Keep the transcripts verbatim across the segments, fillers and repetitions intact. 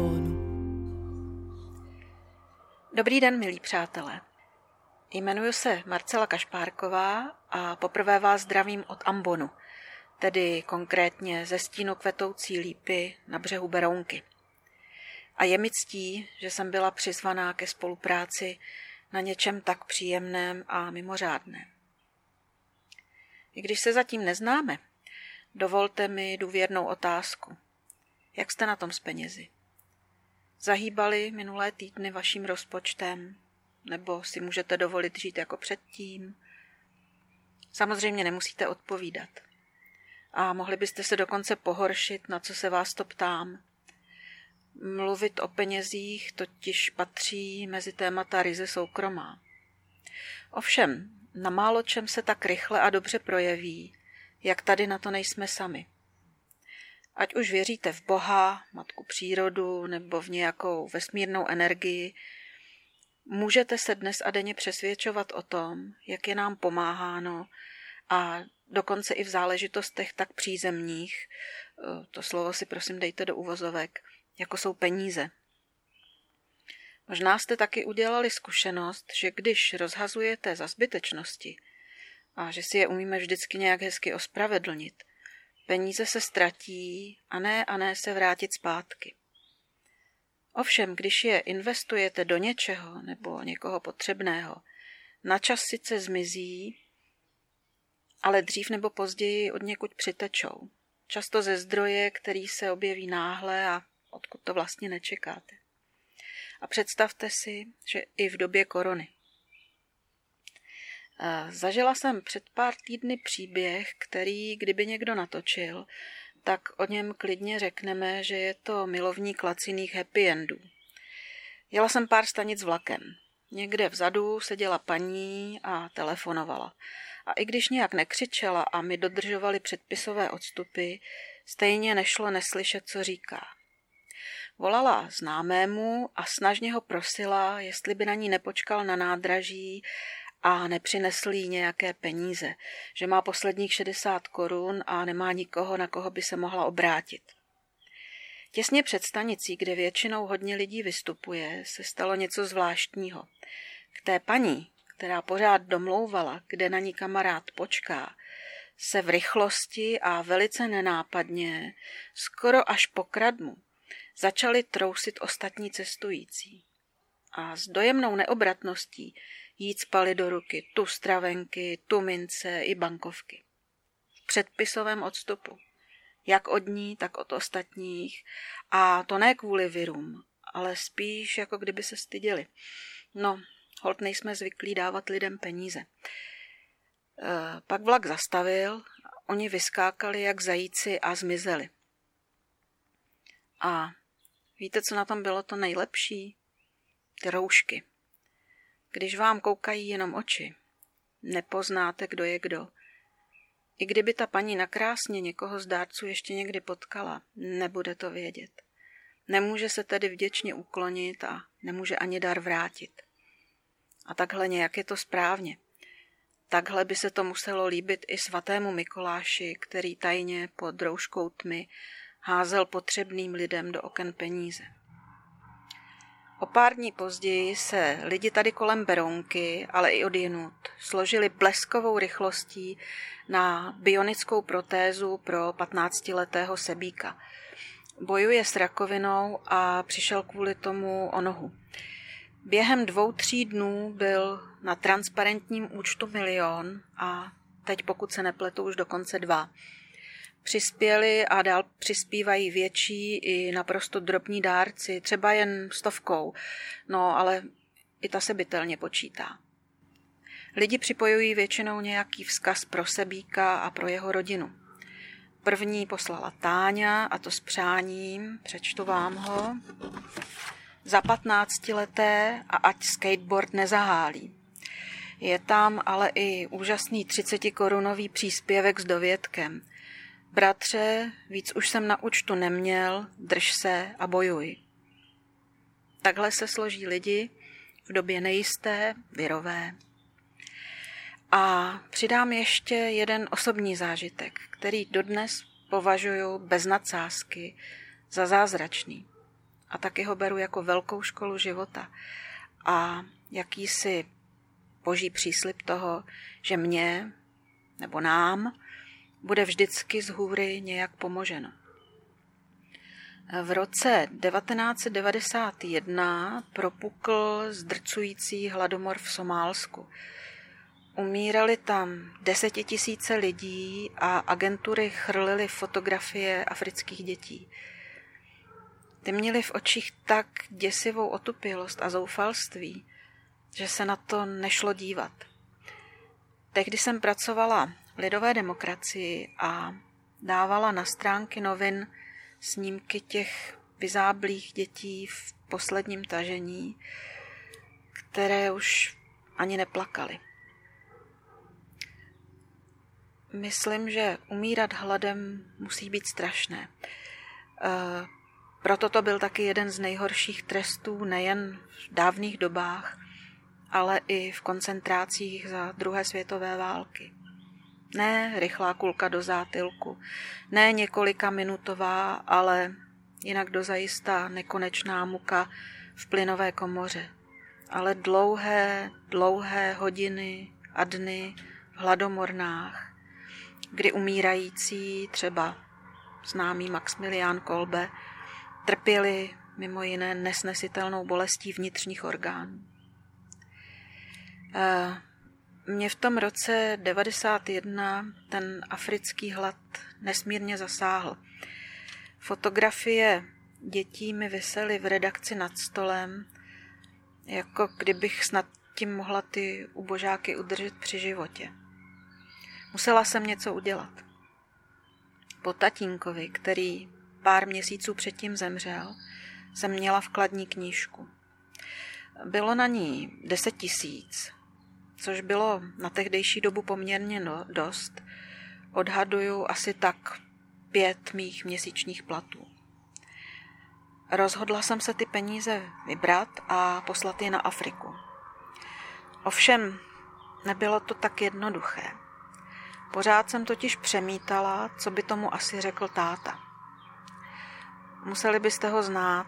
Ambonu. Dobrý den, milí přátelé. Jmenuji se Marcela Kašpárková a poprvé vás zdravím od Ambonu, tedy konkrétně ze stínu kvetoucí lípy na břehu Berounky. A je mi ctí, že jsem byla přizvaná ke spolupráci na něčem tak příjemném a mimořádném. I když se zatím neznáme, dovolte mi důvěrnou otázku. Jak jste na tom s penězi? Zahýbali minulé týdny vaším rozpočtem? Nebo si můžete dovolit žít jako předtím? Samozřejmě nemusíte odpovídat. A mohli byste se dokonce pohoršit, na co se vás to ptám. Mluvit o penězích totiž patří mezi témata ryze soukromá. Ovšem, na málo čem se tak rychle a dobře projeví, jak tady na to nejsme sami. Ať už věříte v Boha, matku přírodu nebo v nějakou vesmírnou energii, můžete se dnes a denně přesvědčovat o tom, jak je nám pomáháno a dokonce i v záležitostech tak přízemních, to slovo si prosím dejte do uvozovek, jako jsou peníze. Možná jste taky udělali zkušenost, že když rozhazujete za zbytečnosti a že si je umíme vždycky nějak hezky ospravedlnit, peníze se ztratí a ne a ne se vrátit zpátky. Ovšem, když je investujete do něčeho nebo někoho potřebného, na čas sice zmizí, ale dřív nebo později odněkud přitečou. Často ze zdroje, který se objeví náhle a odkud to vlastně nečekáte. A představte si, že i v době korony. Zažila jsem před pár týdny příběh, který, kdyby někdo natočil, tak o něm klidně řekneme, že je to milovník laciných happy endů. Jela jsem pár stanic vlakem. Někde vzadu seděla paní a telefonovala. A i když nějak nekřičela a my dodržovali předpisové odstupy, stejně nešlo neslyšet, co říká. Volala známému a snažně ho prosila, jestli by na ní nepočkal na nádraží a nepřinesl jí nějaké peníze, že má posledních šedesát korun a nemá nikoho, na koho by se mohla obrátit. Těsně před stanicí, kde většinou hodně lidí vystupuje, se stalo něco zvláštního. K té paní, která pořád domlouvala, kde na ní kamarád počká, se v rychlosti a velice nenápadně, skoro až po kradmu, začali trousit ostatní cestující. A s dojemnou neobratností jí cpali do ruky tu stravenky, tu mince i bankovky. V předpisovém odstupu. Jak od ní, tak od ostatních. A to ne kvůli virům, ale spíš jako kdyby se styděli. No, holt nejsme zvyklí dávat lidem peníze. E, pak vlak zastavil, oni vyskákali jak zajíci a zmizeli. A víte, co na tom bylo to nejlepší? Ty roušky. Když vám koukají jenom oči, nepoznáte, kdo je kdo. I kdyby ta paní nakrásně někoho z dárců ještě někdy potkala, nebude to vědět. Nemůže se tedy vděčně uklonit a nemůže ani dar vrátit. A takhle nějak je to správně. Takhle by se to muselo líbit i svatému Mikuláši, který tajně pod rouškou tmy házel potřebným lidem do oken peníze. O pár dní později se lidi tady kolem Berounky, ale i odjinud, složili bleskovou rychlostí na bionickou protézu pro patnáctiletého Sebíka. Bojuje s rakovinou a přišel kvůli tomu o nohu. Během dvou, tří dnů byl na transparentním účtu milion a teď, pokud se nepletu, už dokonce dva. Přispěli a dál přispívají větší i naprosto drobní dárci, třeba jen stovkou, no ale i ta se bytelně počítá. Lidi připojují většinou nějaký vzkaz pro Sebíka a pro jeho rodinu. První poslala Táňa, a to s přáním, přečtu vám ho, za patnáctileté a ať skateboard nezahálí. Je tam ale i úžasný třicetikorunový příspěvek s dovětkem. Bratře, víc už jsem na účtu neměl, drž se a bojuj. Takhle se složí lidi v době nejisté, virové. A přidám ještě jeden osobní zážitek, který dodnes považuji bez nadsázky za zázračný. a taky ho beru jako velkou školu života a jakýsi boží příslib toho, že mě nebo nám bude vždycky z hůry nějak pomoženo. V roce devatenáct set devadesát jedna propukl zdrcující hladomor v Somálsku. Umírali tam desetitisíce lidí a agentury chrlily fotografie afrických dětí. Ty měli v očích tak děsivou otupělost a zoufalství, že se na to nešlo dívat. Tehdy jsem pracovala v Lidové demokracii a dávala na stránky novin snímky těch vyzáblých dětí v posledním tažení, které už ani neplakaly. Myslím, že umírat hladem musí být strašné. E, proto to byl taky jeden z nejhorších trestů nejen v dávných dobách, ale i v koncentrácích za druhé světové války. Ne rychlá kulka do zátylku, ne několika minutová, ale jinak dozajista nekonečná muka v plynové komoře, ale dlouhé, dlouhé hodiny a dny v hladomornách, kdy umírající, třeba známý Maximilián Kolbe, trpěli mimo jiné nesnesitelnou bolestí vnitřních orgánů. Mě v tom roce devadesát jedna ten africký hlad nesmírně zasáhl. Fotografie dětí mi visely v redakci nad stolem, jako kdybych snad tím mohla ty ubožáky udržet při životě. Musela jsem něco udělat. Po tatínkovi, který pár měsíců předtím zemřel, jsem měla vkladní knížku. Bylo na ní deset tisíc, což bylo na tehdejší dobu poměrně no, dost. Odhaduju asi tak pět mých měsíčních platů. Rozhodla jsem se ty peníze vybrat a poslat je na Afriku. Ovšem, nebylo to tak jednoduché. Pořád jsem totiž přemítala, co by tomu asi řekl táta. Museli byste ho znát.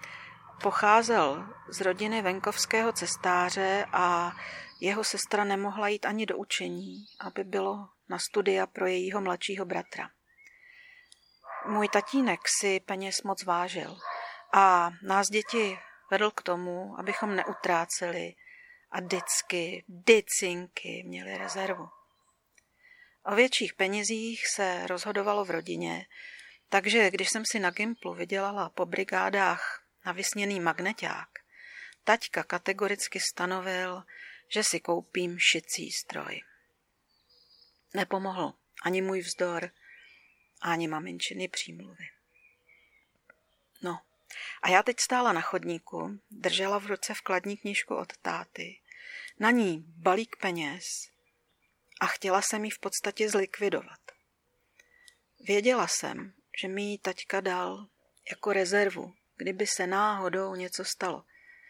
Pocházel z rodiny venkovského cestáře a jeho sestra nemohla jít ani do učení, aby bylo na studia pro jejího mladšího bratra. Můj tatínek si peněz moc vážil a nás děti vedl k tomu, abychom neutráceli a vždycky, vždycky měli rezervu. O větších penězích se rozhodovalo v rodině, takže když jsem si na Gimplu vydělala po brigádách navysněný magneťák, taťka kategoricky stanovil, že si koupím šicí stroj. Nepomohl ani můj vzdor, ani maminčiny přímluvy. No, a já teď stála na chodníku, držela v ruce vkladní knížku od táty, na ní balík peněz a chtěla jsem ji v podstatě zlikvidovat. Věděla jsem, že mi ji taťka dal jako rezervu, kdyby se náhodou něco stalo.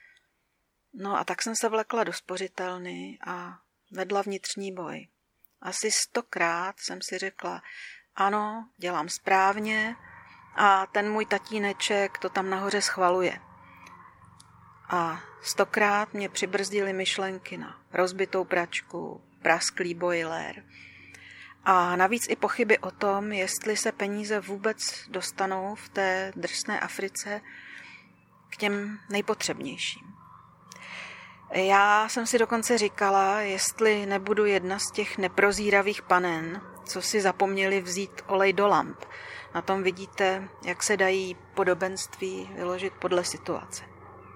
No a tak jsem se vlekla do spořitelny a vedla vnitřní boj. Asi stokrát jsem si řekla, ano, dělám správně a ten můj tatíneček to tam nahoře schvaluje. A stokrát mě přibrzdily myšlenky na rozbitou pračku, prasklý boiler a navíc i pochyby o tom, jestli se peníze vůbec dostanou v té drsné Africe k těm nejpotřebnějším. Já jsem si dokonce říkala, jestli nebudu jedna z těch neprozíravých panen, co si zapomněli vzít olej do lamp. Na tom vidíte, jak se dají podobenství vyložit podle situace.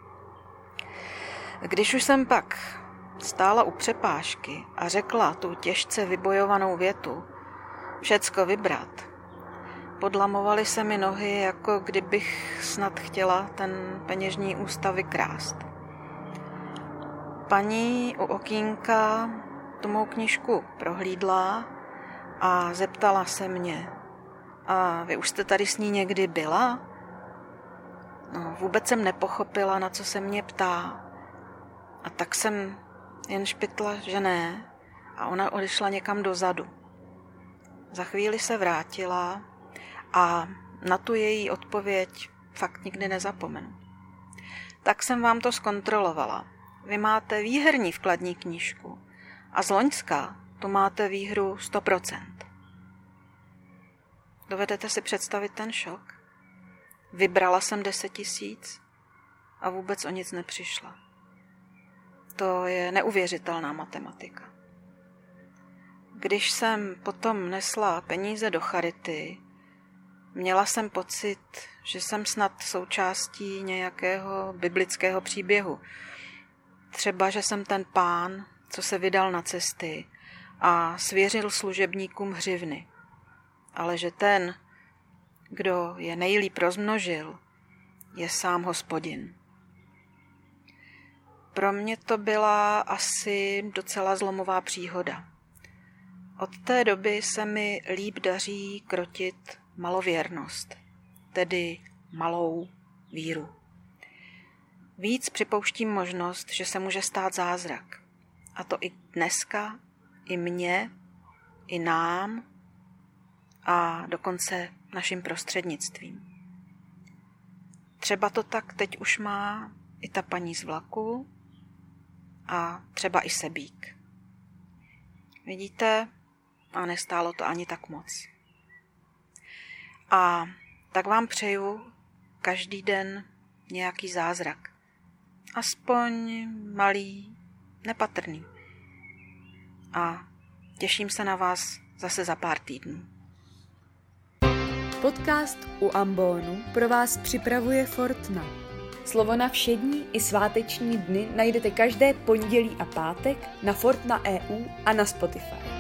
Když už jsem pak stála u přepážky a řekla tu těžce vybojovanou větu, všecko vybrat, podlamovaly se mi nohy, jako kdybych snad chtěla ten peněžní ústav vykrást. Paní u okýnka tu mou knížku prohlídla a zeptala se mě, a vy už jste tady s ní někdy byla? No, vůbec jsem nepochopila, na co se mě ptá. A tak jsem jen špitla, že ne, a ona odešla někam dozadu. Za chvíli se vrátila a na tu její odpověď fakt nikdy nezapomenu. Tak jsem vám to zkontrolovala. Vy máte výherní vkladní knížku a z loňska tu máte výhru sto procent. Dovedete si představit ten šok? Vybrala jsem deset tisíc a vůbec o nic nepřišla. To je neuvěřitelná matematika. Když jsem potom nesla peníze do charity, měla jsem pocit, že jsem snad součástí nějakého biblického příběhu. Třeba, že jsem ten pán, co se vydal na cesty a svěřil služebníkům hřivny. Ale že ten, kdo je nejlíp rozmnožil, je sám Hospodin. Pro mě to byla asi docela zlomová příhoda. Od té doby se mi líp daří krotit malověrnost, tedy malou víru. Víc připouštím možnost, že se může stát zázrak. A to i dneska, i mně, i nám a dokonce naším prostřednictvím. Třeba to tak teď už má i ta paní z vlaku a třeba i Sebík. Vidíte? A nestálo to ani tak moc. A tak vám přeju každý den nějaký zázrak. Aspoň malý, nepatrný. A těším se na vás zase za pár týdnů. Podcast u Ambonu pro vás připravuje Fortna. Slovo na všední i sváteční dny najdete každé pondělí a pátek na Fortna tečka e u a na Spotify.